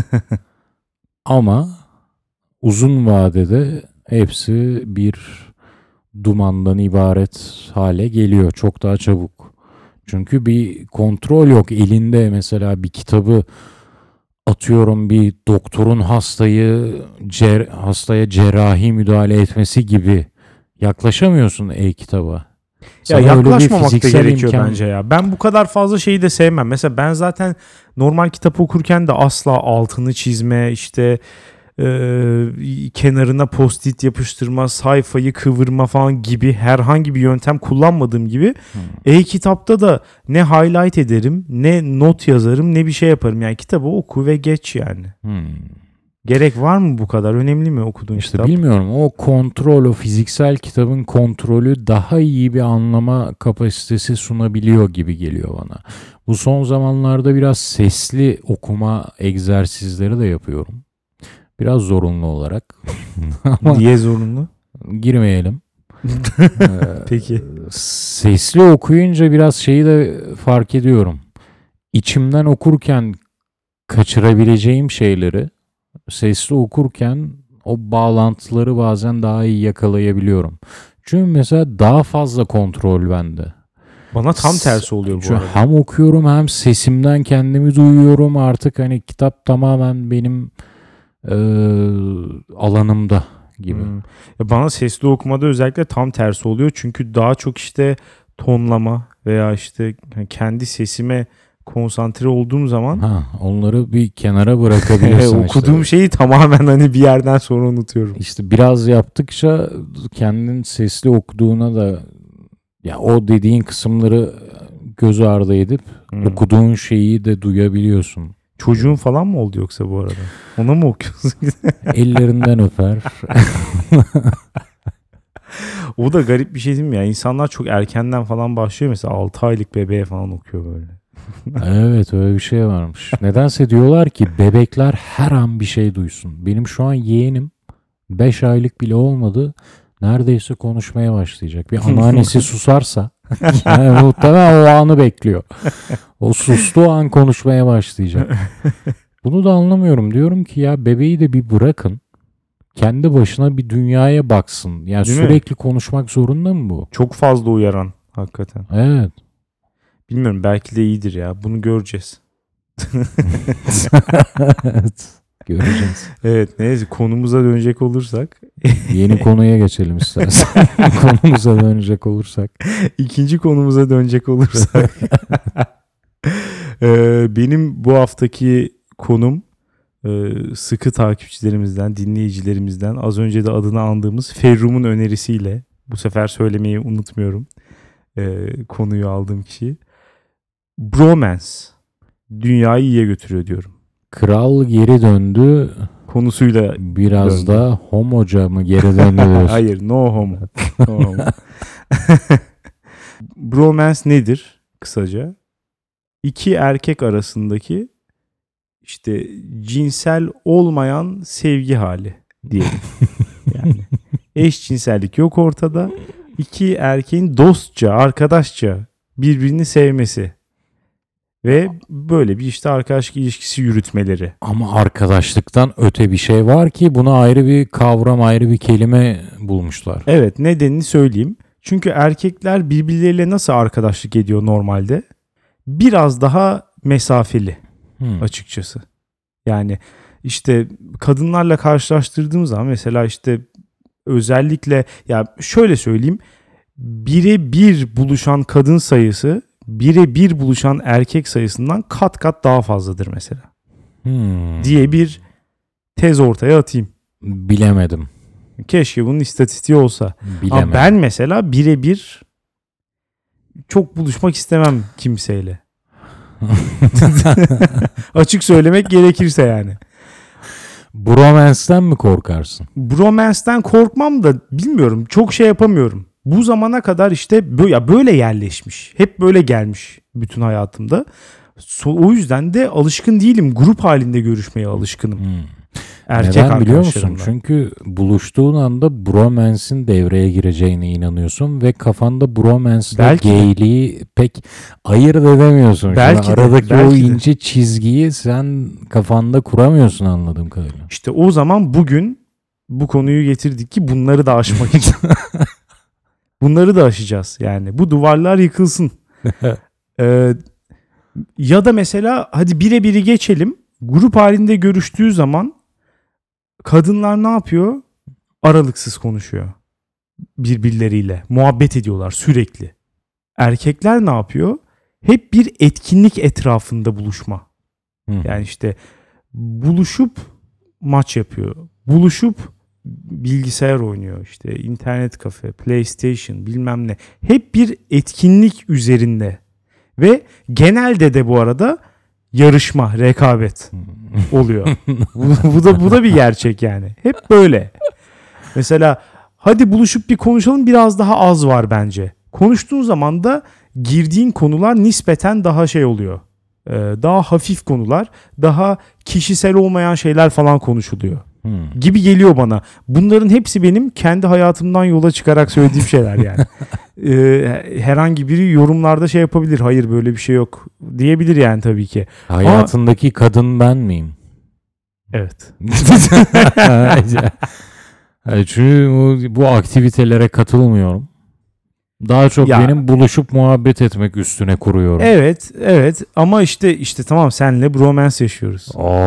Speaker 2: Ama uzun vadede hepsi bir dumandan ibaret hale geliyor çok daha çabuk. Çünkü bir kontrol yok elinde. Mesela bir kitabı atıyorum, bir doktorun hastayı cer- hastaya cerrahi müdahale etmesi gibi yaklaşamıyorsun e-kitaba.
Speaker 1: Ya
Speaker 2: Sana öyle bir
Speaker 1: yaklaşmamak da
Speaker 2: fiziksel
Speaker 1: gerekiyor
Speaker 2: imkan-
Speaker 1: bence ya. Ben bu kadar fazla şeyi de sevmem. Mesela ben zaten normal kitap okurken de asla altını çizme, işte e, kenarına post-it yapıştırma, sayfayı kıvırma falan gibi herhangi bir yöntem kullanmadığım gibi
Speaker 2: Hmm.
Speaker 1: e-kitapta da ne highlight ederim, ne not yazarım, ne bir şey yaparım. Yani kitabı oku ve geç yani.
Speaker 2: Hmm.
Speaker 1: Gerek var mı bu kadar? Önemli mi okuduğun
Speaker 2: İşte
Speaker 1: kitap?
Speaker 2: bilmiyorum, o kontrol, o fiziksel kitabın kontrolü daha iyi bir anlama kapasitesi sunabiliyor gibi geliyor bana. Bu son zamanlarda biraz sesli okuma egzersizleri de yapıyorum. Biraz zorunlu olarak. Ama
Speaker 1: Niye zorunlu?
Speaker 2: girmeyelim. Ee,
Speaker 1: Peki.
Speaker 2: Sesli okuyunca biraz şeyi de fark ediyorum. İçimden okurken kaçırabileceğim şeyleri sesli okurken o bağlantıları bazen daha iyi yakalayabiliyorum. Çünkü mesela daha fazla kontrol bende.
Speaker 1: Bana tam tersi oluyor bu
Speaker 2: Çünkü
Speaker 1: arada.
Speaker 2: hem okuyorum hem sesimden kendimi duyuyorum. Artık hani kitap tamamen benim e, alanımda gibi.
Speaker 1: Hmm. Ya bana sesli okumada özellikle tam tersi oluyor. Çünkü daha çok işte tonlama veya işte kendi sesime konsantre olduğum zaman
Speaker 2: Ha, onları bir kenara bırakabilirsin.
Speaker 1: okuduğum
Speaker 2: işte.
Speaker 1: şeyi tamamen hani bir yerden sonra unutuyorum.
Speaker 2: İşte biraz yaptıkça kendin sesli okuduğuna da, ya o dediğin kısımları göz ardı edip
Speaker 1: Hmm.
Speaker 2: okuduğun şeyi de duyabiliyorsun.
Speaker 1: Çocuğun falan mı oldu yoksa bu arada? Ona mı okuyorsun?
Speaker 2: Ellerinden öper.
Speaker 1: O da garip bir şey değil mi ya? İnsanlar çok erkenden falan başlıyor. Mesela altı aylık bebeğe falan okuyor böyle.
Speaker 2: Evet, öyle bir şey varmış. Nedense diyorlar ki bebekler her an bir şey duysun. Benim şu an yeğenim beş aylık bile olmadı. Neredeyse konuşmaya başlayacak. Bir anneannesi susarsa yani muhtemelen o anı bekliyor. O sustuğu an konuşmaya başlayacak. Bunu da anlamıyorum. Diyorum ki ya bebeği de bir bırakın. Kendi başına bir dünyaya baksın. Yani
Speaker 1: Değil mi?
Speaker 2: sürekli konuşmak zorunda mı bu?
Speaker 1: Çok fazla uyaran hakikaten.
Speaker 2: Evet.
Speaker 1: Bilmiyorum, belki de iyidir ya. Bunu göreceğiz.
Speaker 2: Evet. Göreceğiz.
Speaker 1: Evet, neyse, konumuza dönecek olursak.
Speaker 2: Yeni konuya geçelim istersen. Konumuza dönecek olursak.
Speaker 1: İkinci konumuza dönecek olursak. Ee, benim bu haftaki konum e, sıkı takipçilerimizden, dinleyicilerimizden az önce de adını andığımız Ferrum'un önerisiyle, bu sefer söylemeyi unutmuyorum e, konuyu aldığım kişiyi. Bromance. Dünyayı iyiye götürüyor diyorum.
Speaker 2: Kral geri döndü.
Speaker 1: Konusuyla
Speaker 2: Biraz
Speaker 1: döndü.
Speaker 2: da homoca mı geri döndü diyorsun?
Speaker 1: Hayır, no homo. No homo. Bromance nedir kısaca? İki erkek arasındaki işte cinsel olmayan sevgi hali diyelim. Yani eşcinsellik yok ortada. İki erkeğin dostça, arkadaşça birbirini sevmesi ve böyle bir işte arkadaşlık ilişkisi yürütmeleri.
Speaker 2: Ama arkadaşlıktan öte bir şey var ki buna ayrı bir kavram, ayrı bir kelime bulmuşlar.
Speaker 1: Evet, nedenini söyleyeyim. Çünkü erkekler birbirleriyle nasıl arkadaşlık ediyor normalde? Biraz daha mesafeli
Speaker 2: Hmm.
Speaker 1: açıkçası. Yani işte kadınlarla karşılaştırdığım zaman mesela işte özellikle, ya şöyle söyleyeyim, bire bir buluşan kadın sayısı bire bir buluşan erkek sayısından kat kat daha fazladır mesela.
Speaker 2: Hmm.
Speaker 1: Diye bir tez ortaya atayım.
Speaker 2: Bilemedim.
Speaker 1: Keşke bunun istatistiği olsa.
Speaker 2: Bilemedim.
Speaker 1: Ama ben mesela birebir çok buluşmak istemem kimseyle. Açık söylemek gerekirse yani.
Speaker 2: Bromance'den mi korkarsın?
Speaker 1: Bromance'den korkmam da bilmiyorum. Çok şey yapamıyorum. Bu zamana kadar işte böyle, böyle yerleşmiş. Hep böyle gelmiş bütün hayatımda. So- o yüzden de alışkın değilim. Grup halinde görüşmeye alışkınım.
Speaker 2: Hmm.
Speaker 1: Erkek
Speaker 2: Neden biliyor musun?
Speaker 1: arkadaşlarımla.
Speaker 2: Çünkü buluştuğun anda bromance'in devreye gireceğine inanıyorsun ve kafanda bromance ile
Speaker 1: Belki de.
Speaker 2: gayliği pek ayırt edemiyorsun.
Speaker 1: Belki
Speaker 2: Şimdi
Speaker 1: de,
Speaker 2: aradaki
Speaker 1: belki
Speaker 2: o
Speaker 1: de.
Speaker 2: ince çizgiyi sen kafanda kuramıyorsun anladığım kadarıyla.
Speaker 1: İşte o zaman bugün bu konuyu getirdik ki bunları da aşmak için. Bunları da aşacağız yani. Bu duvarlar yıkılsın. Ee, ya da mesela hadi birebiri geçelim. Grup halinde görüştüğü zaman kadınlar ne yapıyor? Aralıksız konuşuyor birbirleriyle. Muhabbet ediyorlar sürekli. Erkekler ne yapıyor? Hep bir etkinlik etrafında buluşma.
Speaker 2: Hı.
Speaker 1: Yani işte buluşup maç yapıyor. Buluşup bilgisayar oynuyor. İşte internet kafe, PlayStation bilmem ne. Hep bir etkinlik üzerinde. Ve genelde de bu arada yarışma, rekabet oluyor. bu, bu da bu da bir gerçek yani. Hep böyle. Mesela hadi buluşup bir konuşalım, biraz daha az var bence. Konuştuğun zaman da girdiğin konular nispeten daha şey oluyor. Ee, daha hafif konular, daha kişisel olmayan şeyler falan konuşuluyor.
Speaker 2: Hmm.
Speaker 1: Gibi geliyor bana. Bunların hepsi benim kendi hayatımdan yola çıkarak söylediğim şeyler yani. Ee, herhangi biri yorumlarda şey yapabilir. Hayır böyle bir şey yok diyebilir yani tabii ki.
Speaker 2: Hayatındaki Ama... kadın ben miyim?
Speaker 1: Evet.
Speaker 2: Çünkü bu aktivitelere katılmıyorum. Daha çok
Speaker 1: ya,
Speaker 2: benim buluşup muhabbet etmek üstüne kuruyorum.
Speaker 1: Evet, evet ama işte işte tamam senle bromance yaşıyoruz.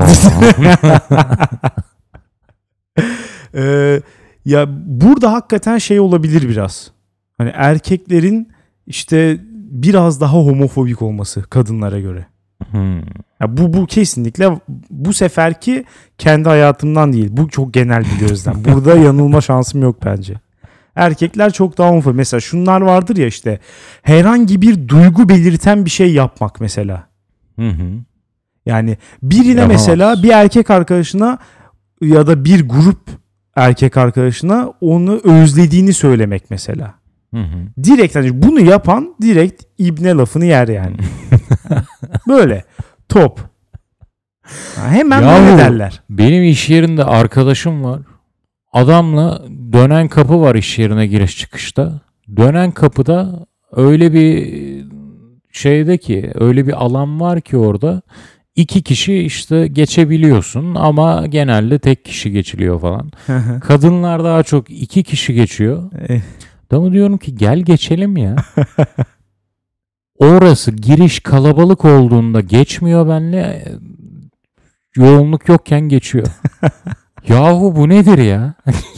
Speaker 1: ee, ya burada hakikaten şey olabilir biraz. Hani erkeklerin işte biraz daha homofobik olması kadınlara göre.
Speaker 2: Hmm.
Speaker 1: Ya bu bu kesinlikle bu seferki kendi hayatımdan değil. Bu çok genel bir gözlem. Burada yanılma şansım yok bence. Erkekler çok daha homofobik. Mesela şunlar vardır ya işte herhangi bir duygu belirten bir şey yapmak mesela.
Speaker 2: Hı hı.
Speaker 1: Yani birine
Speaker 2: Yapamaz.
Speaker 1: mesela bir erkek arkadaşına ya da bir grup erkek arkadaşına onu özlediğini söylemek mesela.
Speaker 2: Hı hı.
Speaker 1: Direkt hani bunu yapan direkt ibne lafını yer yani. Böyle top. Ha, hemen
Speaker 2: Yahu,
Speaker 1: böyle derler.
Speaker 2: Benim iş yerinde arkadaşım var. Adamla dönen kapı var iş yerine giriş çıkışta. Dönen kapıda öyle bir şeyde ki öyle bir alan var ki orada iki kişi işte geçebiliyorsun ama genelde tek kişi geçiliyor falan. Kadınlar daha çok iki kişi geçiyor. Adamı diyorum ki gel geçelim ya. Orası giriş kalabalık olduğunda geçmiyor benle. Yoğunluk yokken geçiyor. Yahu bu nedir ya?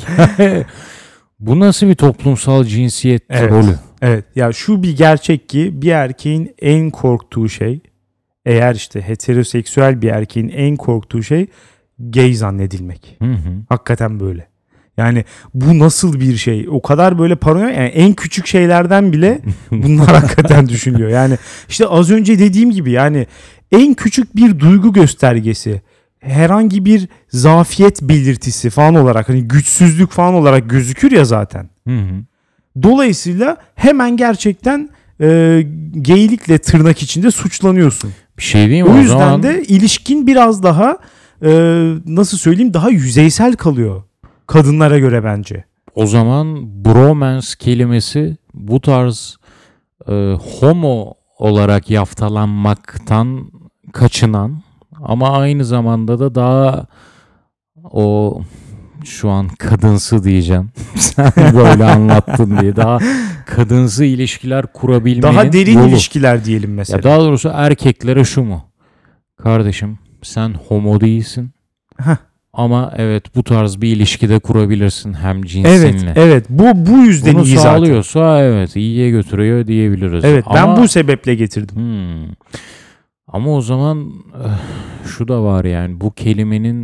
Speaker 2: Bu nasıl bir toplumsal cinsiyet
Speaker 1: evet,
Speaker 2: rolü?
Speaker 1: Evet. Ya şu bir gerçek ki bir erkeğin en korktuğu şey, eğer işte heteroseksüel bir erkeğin en korktuğu şey gay zannedilmek.
Speaker 2: Hı hı.
Speaker 1: Hakikaten böyle. Yani bu nasıl bir şey? O kadar böyle paranoya, yani en küçük şeylerden bile bunlar hakikaten düşünülüyor. Yani işte az önce dediğim gibi yani en küçük bir duygu göstergesi, herhangi bir zafiyet belirtisi falan olarak, hani güçsüzlük falan olarak gözükür ya zaten.
Speaker 2: Hı hı.
Speaker 1: Dolayısıyla hemen gerçekten e, geylikle tırnak içinde suçlanıyorsun.
Speaker 2: Bir şey diyeyim mi?
Speaker 1: O
Speaker 2: O
Speaker 1: yüzden
Speaker 2: zaman...
Speaker 1: de ilişkin biraz daha e, nasıl söyleyeyim daha yüzeysel kalıyor kadınlara göre bence.
Speaker 2: O zaman bromance kelimesi bu tarz e, homo olarak yaftalanmaktan kaçınan ama aynı zamanda da daha o şu an kadınsı diyeceğim. Sen böyle anlattın diye. Daha kadınsı ilişkiler kurabilmenin
Speaker 1: daha derin
Speaker 2: yolu.
Speaker 1: ilişkiler diyelim mesela.
Speaker 2: Ya daha doğrusu erkeklere şu mu? Kardeşim sen homo değilsin.
Speaker 1: Heh.
Speaker 2: Ama evet bu tarz bir ilişkide kurabilirsin hem cinsinle.
Speaker 1: Evet, evet. Bu bu yüzden
Speaker 2: Bunu
Speaker 1: iyi zaten.
Speaker 2: Bunu sağlıyorsa evet iyiye götürüyor diyebiliriz.
Speaker 1: Evet, ben
Speaker 2: ama,
Speaker 1: bu sebeple getirdim.
Speaker 2: Hmm, ama o zaman şu da var yani bu kelimenin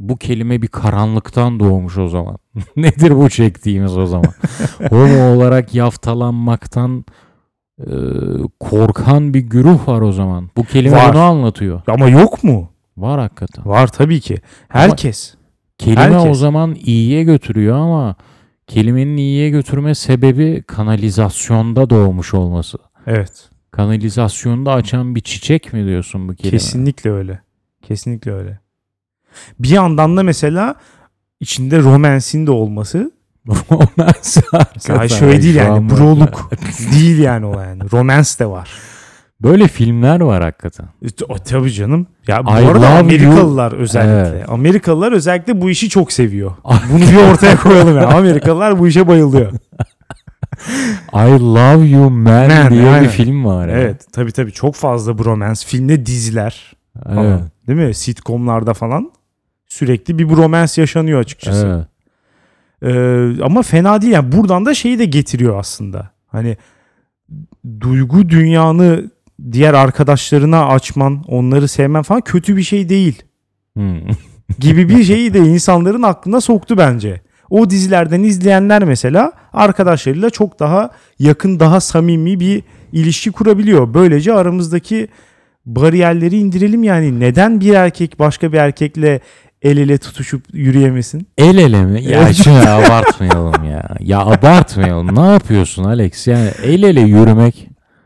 Speaker 2: Bu kelime bir karanlıktan doğmuş o zaman. Nedir bu çektiğimiz o zaman? Homo olarak yaftalanmaktan e, korkan bir güruh var o zaman. Bu kelime
Speaker 1: Var.
Speaker 2: bunu anlatıyor.
Speaker 1: Ama yok mu?
Speaker 2: Var hakikaten.
Speaker 1: Var tabii ki. Herkes.
Speaker 2: Kelime
Speaker 1: Herkes.
Speaker 2: o zaman iyiye götürüyor ama kelimenin iyiye götürme sebebi kanalizasyonda doğmuş olması.
Speaker 1: Evet.
Speaker 2: Kanalizasyonda açan bir çiçek mi diyorsun bu kelime?
Speaker 1: Kesinlikle öyle. Kesinlikle öyle. Bir yandan da mesela içinde romansin de olması.
Speaker 2: Romans
Speaker 1: Ya şöyle değil
Speaker 2: şu
Speaker 1: yani
Speaker 2: an bak-
Speaker 1: broluk değil yani o yani. Romans de var.
Speaker 2: Böyle filmler var hakikaten.
Speaker 1: O, tabii canım. Ya bu
Speaker 2: I
Speaker 1: arada
Speaker 2: love
Speaker 1: Amerikalılar özellikle.
Speaker 2: Evet.
Speaker 1: Amerikalılar özellikle bu işi çok seviyor. Bunu bir ortaya koyalım ya. Amerikalılar bu işe bayılıyor.
Speaker 2: I Love You Man,
Speaker 1: Man,
Speaker 2: diye
Speaker 1: aynen.
Speaker 2: bir film var. ya.
Speaker 1: Evet, tabii tabii çok fazla bromance. Filmde diziler falan.
Speaker 2: Evet.
Speaker 1: Değil mi? Sitcomlarda falan sürekli bir bromance yaşanıyor açıkçası.
Speaker 2: Evet.
Speaker 1: Ee, ama fena değil yani. Buradan da şeyi de getiriyor aslında. Hani duygu dünyanı diğer arkadaşlarına açman, onları sevmen falan kötü bir şey değil
Speaker 2: Hmm.
Speaker 1: gibi bir şeyi de insanların aklına soktu bence. O dizilerden izleyenler mesela arkadaşlarıyla çok daha yakın, daha samimi bir ilişki kurabiliyor. Böylece aramızdaki bariyerleri indirelim yani. Neden bir erkek başka bir erkekle el ele tutuşup yürüyemesin?
Speaker 2: El ele mi? Ya
Speaker 1: Evet.
Speaker 2: şunu abartmayalım ya. Ya abartmayalım. Ne yapıyorsun Alex? Yani el ele yürümek.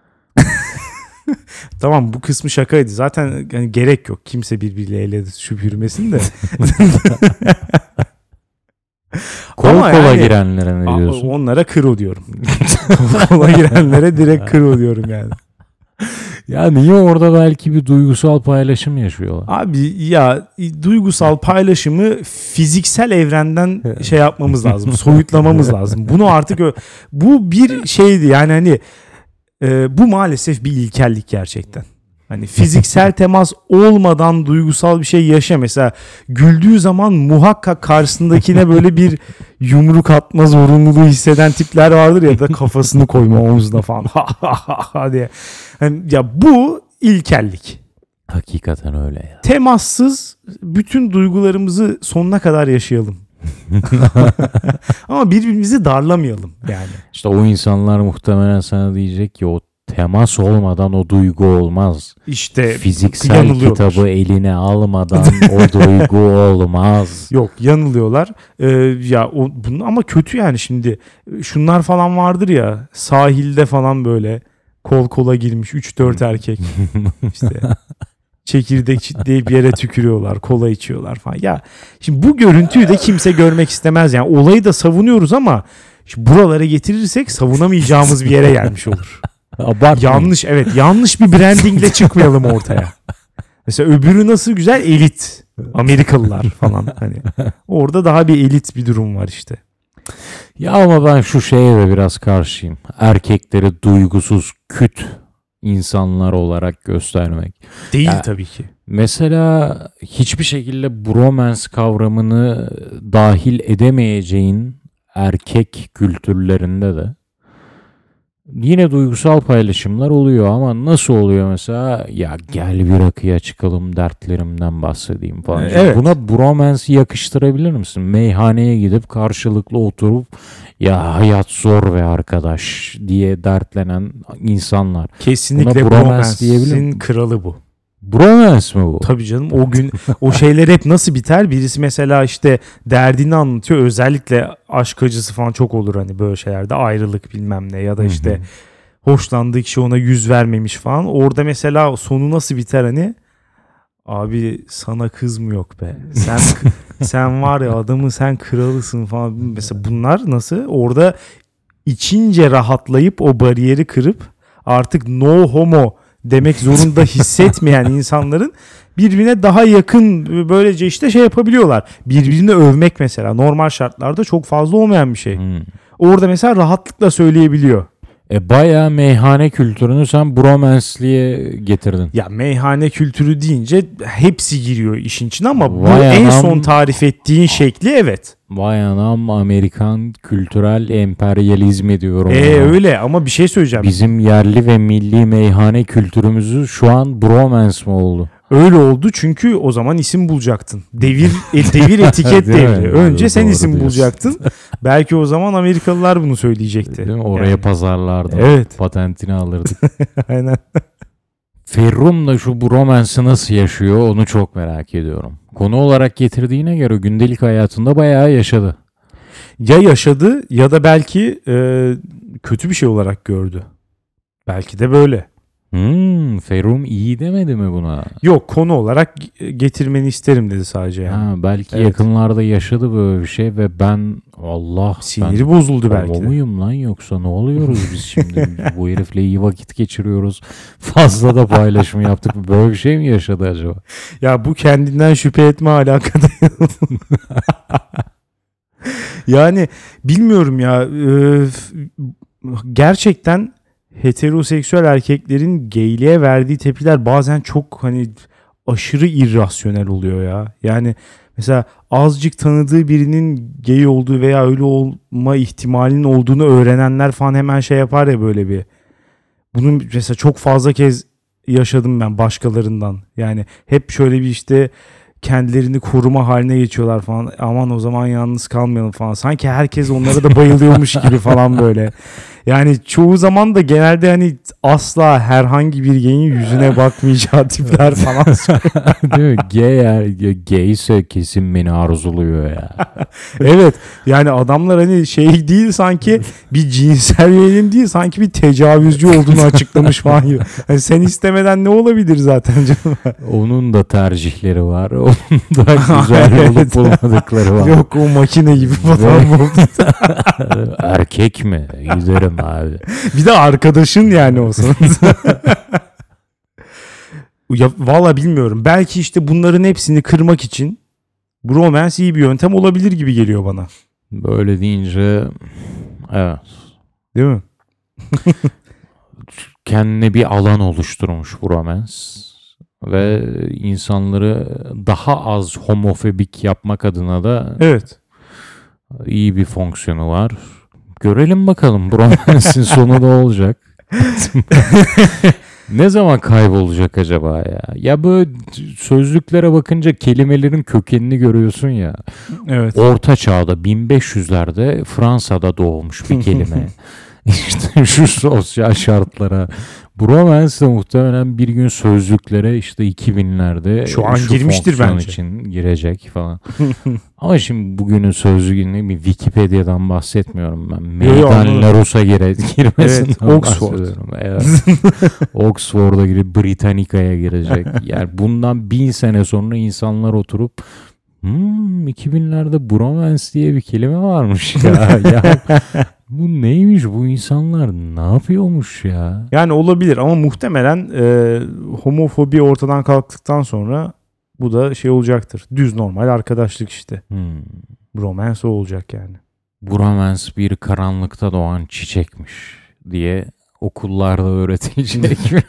Speaker 1: Tamam, bu kısmı şakaydı. Zaten hani gerek yok. Kimse birbiriyle el ele tutuşup yürümesin de.
Speaker 2: Kol
Speaker 1: Ama
Speaker 2: kola
Speaker 1: yani-
Speaker 2: girenlere ne diyorsun?
Speaker 1: Onlara kro diyorum. Kola girenlere direkt kro diyorum yani.
Speaker 2: Ya niye orada belki bir duygusal paylaşım yaşıyorlar?
Speaker 1: Abi ya duygusal paylaşımı fiziksel evrenden şey yapmamız lazım. Soyutlamamız lazım. Bunu artık ö- bu bir şeydi yani hani e, bu maalesef bir ilkellik gerçekten. Hani fiziksel temas olmadan duygusal bir şey yaşa. Mesela güldüğü zaman muhakkak karşısındakine böyle bir yumruk atma zorunluluğu hisseden tipler vardır ya da kafasını koyma omzuna falan ha ha ha ha diye. Hani ya bu ilkellik.
Speaker 2: Hakikaten öyle ya.
Speaker 1: Temassız bütün duygularımızı sonuna kadar yaşayalım. Ama birbirimizi darlamayalım yani.
Speaker 2: İşte o insanlar muhtemelen sana diyecek ki o temas olmadan o duygu olmaz.
Speaker 1: İşte
Speaker 2: Fiziksel
Speaker 1: yanılıyorlar.
Speaker 2: kitabı eline almadan o duygu olmaz.
Speaker 1: Yok, yanılıyorlar. Ee, ya o bunun ama kötü yani şimdi. Şunlar falan vardır ya, sahilde falan böyle kol kola girmiş üç dört erkek işte çekirdek çitleyip yere tükürüyorlar, kola içiyorlar falan. Ya şimdi bu görüntüyü de kimse görmek istemez yani. Olayı da savunuyoruz ama şimdi buralara getirirsek savunamayacağımız bir yere gelmiş olur.
Speaker 2: Abartma.
Speaker 1: Yanlış, evet, yanlış bir brandingle çıkmayalım ortaya. Mesela öbürü nasıl güzel, elit Amerikalılar falan hani. Orada daha bir elit bir durum var işte.
Speaker 2: Ya ama ben şu şeye de biraz karşıyım. Erkekleri duygusuz, küt insanlar olarak göstermek.
Speaker 1: Değil
Speaker 2: Ya-
Speaker 1: tabii ki.
Speaker 2: Mesela hiçbir şekilde bromance kavramını dahil edemeyeceğin erkek kültürlerinde de yine duygusal paylaşımlar oluyor ama nasıl oluyor mesela? Ya gel bir rakıya çıkalım, dertlerimden bahsedeyim falan.
Speaker 1: Evet.
Speaker 2: Buna bromance yakıştırabilir misin? Meyhaneye gidip karşılıklı oturup ya hayat zor ve arkadaş diye dertlenen insanlar.
Speaker 1: Kesinlikle
Speaker 2: Buna bromance diyebilir
Speaker 1: bromance'in
Speaker 2: miyim?
Speaker 1: kralı bu.
Speaker 2: Bromance mi bu?
Speaker 1: Tabii canım, o gün o şeyler hep nasıl biter? Birisi mesela işte derdini anlatıyor. Özellikle aşk acısı falan çok olur hani böyle şeylerde. Ayrılık bilmem ne ya da işte
Speaker 2: Hı hı.
Speaker 1: hoşlandığı kişi ona yüz vermemiş falan. Orada mesela sonu nasıl biter hani? Abi sana kız mı yok be? Sen sen var ya adamın, sen kralısın falan. Mesela bunlar nasıl? Orada içince rahatlayıp o bariyeri kırıp artık no homo demek zorunda hissetmeyen insanların birbirine daha yakın, böylece işte şey yapabiliyorlar. Birbirini övmek mesela normal şartlarda çok fazla olmayan bir şey.
Speaker 2: Hmm.
Speaker 1: Orada mesela rahatlıkla söyleyebiliyor.
Speaker 2: E bayağı meyhane kültürünü sen bromance'liye getirdin.
Speaker 1: Ya meyhane kültürü deyince hepsi giriyor işin içine ama bu
Speaker 2: Vay
Speaker 1: en
Speaker 2: anam.
Speaker 1: son tarif ettiğin şekli evet.
Speaker 2: Vay anam, Amerikan kültürel emperyalizmi diyorum.
Speaker 1: Ee,
Speaker 2: ona.
Speaker 1: öyle ama bir şey söyleyeceğim.
Speaker 2: Bizim yerli ve milli meyhane kültürümüzü şu an bromance mi oldu?
Speaker 1: Öyle oldu çünkü o zaman isim bulacaktın. Devir e, devir etiket
Speaker 2: Değil mi?
Speaker 1: devri. Önce
Speaker 2: Doğru,
Speaker 1: sen
Speaker 2: doğru
Speaker 1: isim
Speaker 2: diyorsun.
Speaker 1: bulacaktın. Belki o zaman Amerikalılar bunu söyleyecekti.
Speaker 2: Değil mi? Oraya
Speaker 1: Yani.
Speaker 2: pazarlardı.
Speaker 1: Evet.
Speaker 2: Patentini alırdık.
Speaker 1: Aynen.
Speaker 2: Ferrum da şu bromance'ı nasıl yaşıyor onu çok merak ediyorum. Konu olarak getirdiğine göre gündelik hayatında bayağı yaşadı.
Speaker 1: Ya yaşadı ya da belki e, kötü bir şey olarak gördü. Belki de böyle.
Speaker 2: Hmm, Ferrum iyi demedi mi buna?
Speaker 1: Yok, konu olarak getirmeni isterim dedi sadece yani.
Speaker 2: Ha, belki
Speaker 1: Evet.
Speaker 2: yakınlarda yaşadı böyle bir şey ve ben Allah
Speaker 1: Siniri
Speaker 2: ben
Speaker 1: bozuldu belki
Speaker 2: homo
Speaker 1: de.
Speaker 2: muyum lan yoksa ne oluyoruz biz şimdi? Bu herifle iyi vakit geçiriyoruz. Fazla da paylaşım yaptık. Böyle bir şey mi yaşadı acaba?
Speaker 1: Ya bu kendinden şüphe etme alakada. Yani bilmiyorum ya. e, gerçekten heteroseksüel erkeklerin gayliğe verdiği tepkiler bazen çok hani aşırı irrasyonel oluyor ya. Yani mesela azıcık tanıdığı birinin gay olduğu veya öyle olma ihtimalinin olduğunu öğrenenler falan hemen şey yapar ya, böyle bir. Bunu mesela çok fazla kez yaşadım ben başkalarından. Yani hep şöyle bir işte kendilerini koruma haline geçiyorlar falan. Aman o zaman yalnız kalmayalım falan. Sanki herkes onlara da bayılıyormuş gibi falan böyle. Yani çoğu zaman da genelde hani asla herhangi bir geyin yüzüne bakmayacağı tipler falan.
Speaker 2: Değil mi? Gay, er, gay ise kesin beni arzuluyor ya.
Speaker 1: Evet, yani adamlar hani şey değil, sanki bir cinsel yönelim değil, sanki bir tecavüzcü olduğunu açıklamış falan gibi. Hani sen istemeden ne olabilir zaten canım?
Speaker 2: Onun da tercihleri var. Onun da güzel olup
Speaker 1: Evet.
Speaker 2: bulmadıkları var.
Speaker 1: Yok, o makine gibi falan oldu.
Speaker 2: Erkek mi? Giderim abi.
Speaker 1: Bir de arkadaşın yani olsun. Ya valla bilmiyorum. Belki işte bunların hepsini kırmak için bromance iyi bir yöntem olabilir gibi geliyor bana.
Speaker 2: Böyle deyince evet.
Speaker 1: Değil mi?
Speaker 2: Kendine bir alan oluşturmuş bu romans. Ve insanları daha az homofobik yapmak adına da
Speaker 1: Evet.
Speaker 2: iyi bir fonksiyonu var. Görelim bakalım bu romansın sonu ne olacak. Ne zaman kaybolacak acaba ya? Ya böyle sözlüklere bakınca kelimelerin kökenini görüyorsun ya.
Speaker 1: Evet.
Speaker 2: Orta çağda bin beş yüzlerde Fransa'da doğmuş bir kelime. İşte şu sosyal şartlara. Bromance de muhtemelen bir gün sözlüklere işte iki binlerde
Speaker 1: Şu an girmiştir
Speaker 2: fonksiyon
Speaker 1: bence.
Speaker 2: için girecek falan. Ama şimdi bugünün sözlüğünde bir Wikipedia'dan bahsetmiyorum ben.
Speaker 1: Yo, yo,
Speaker 2: Meydan
Speaker 1: anladım.
Speaker 2: Larus'a gire, girmesinden
Speaker 1: Evet, Oxford.
Speaker 2: bahsediyorum. Evet. Oxford'a girip Britannica'ya girecek. Yani bundan bin sene sonra insanlar oturup hmm, iki binlerde bromance diye bir kelime varmış ya. ya bu neymiş, bu insanlar ne yapıyormuş ya?
Speaker 1: Yani olabilir ama muhtemelen e, homofobi ortadan kalktıktan sonra bu da şey olacaktır. Düz normal arkadaşlık işte.
Speaker 2: Hmm.
Speaker 1: Bromance o olacak yani.
Speaker 2: Bromance bir karanlıkta doğan çiçekmiş diye okullarda öğretilecek mi?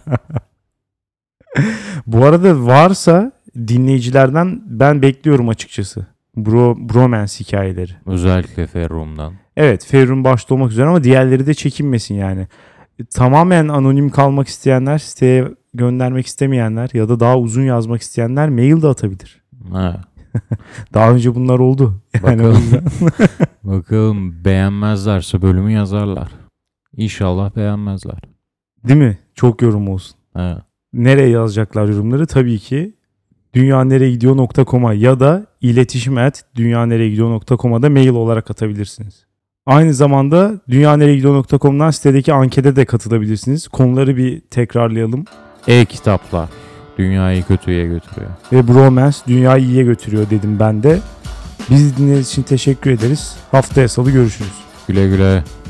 Speaker 1: Bu arada varsa dinleyicilerden ben bekliyorum açıkçası. Bro, bromance hikayeleri.
Speaker 2: Özellikle Ferrum'dan.
Speaker 1: Evet, Ferrum başta olmak üzere ama diğerleri de çekinmesin yani. Tamamen anonim kalmak isteyenler, siteye göndermek istemeyenler ya da daha uzun yazmak isteyenler mail de atabilir.
Speaker 2: Ha.
Speaker 1: Daha önce bunlar oldu. Yani o
Speaker 2: Bakalım.
Speaker 1: yüzden-
Speaker 2: Bakalım beğenmezlerse bölümü yazarlar. İnşallah beğenmezler.
Speaker 1: Değil mi? Çok yorum olsun.
Speaker 2: Ha.
Speaker 1: Nereye yazacaklar yorumları? Tabii ki dünyanereyegidiyor nokta com'a ya da iletişim at dünyanereyegidiyor nokta com'a da mail olarak atabilirsiniz. Aynı zamanda dünyanereyegidiyor nokta com'dan sitedeki ankete de katılabilirsiniz. Konuları bir tekrarlayalım.
Speaker 2: E-kitaplar dünyayı kötüye götürüyor.
Speaker 1: Ve bromance dünyayı iyiye götürüyor dedim ben de. Bizi dinlediğiniz için teşekkür ederiz. Haftaya salı görüşürüz.
Speaker 2: Güle güle.